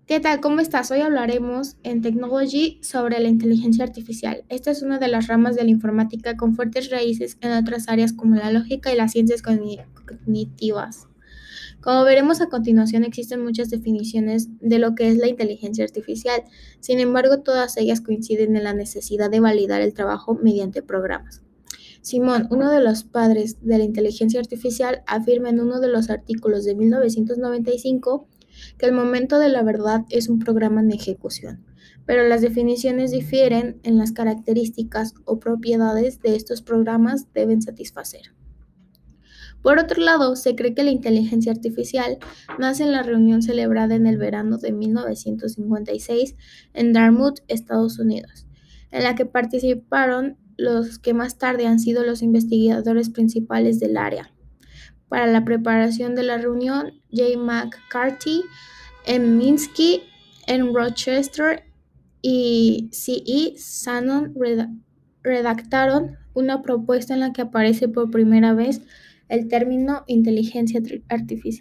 ¿Qué tal? ¿Cómo estás? Hoy hablaremos en Technology sobre la inteligencia artificial. Esta es una de las ramas de la informática con fuertes raíces en otras áreas como la lógica y las ciencias cognitivas. Como veremos a continuación, existen muchas definiciones de lo que es la inteligencia artificial. Sin embargo, todas ellas coinciden en la necesidad de validar el trabajo mediante programas. Simón, uno de los padres de la inteligencia artificial, afirma en uno de los artículos de 1995 que el momento de la verdad es un programa en ejecución, pero las definiciones difieren en las características o propiedades de estos programas deben satisfacer. Por otro lado, se cree que la inteligencia artificial nace en la reunión celebrada en el verano de 1956 en Dartmouth, Estados Unidos, en la que participaron los que más tarde han sido los investigadores principales del área. Para la preparación de la reunión, J. McCarthy, M. Minsky, en Rochester y C. E. Shannon redactaron una propuesta en la que aparece por primera vez el término inteligencia artificial.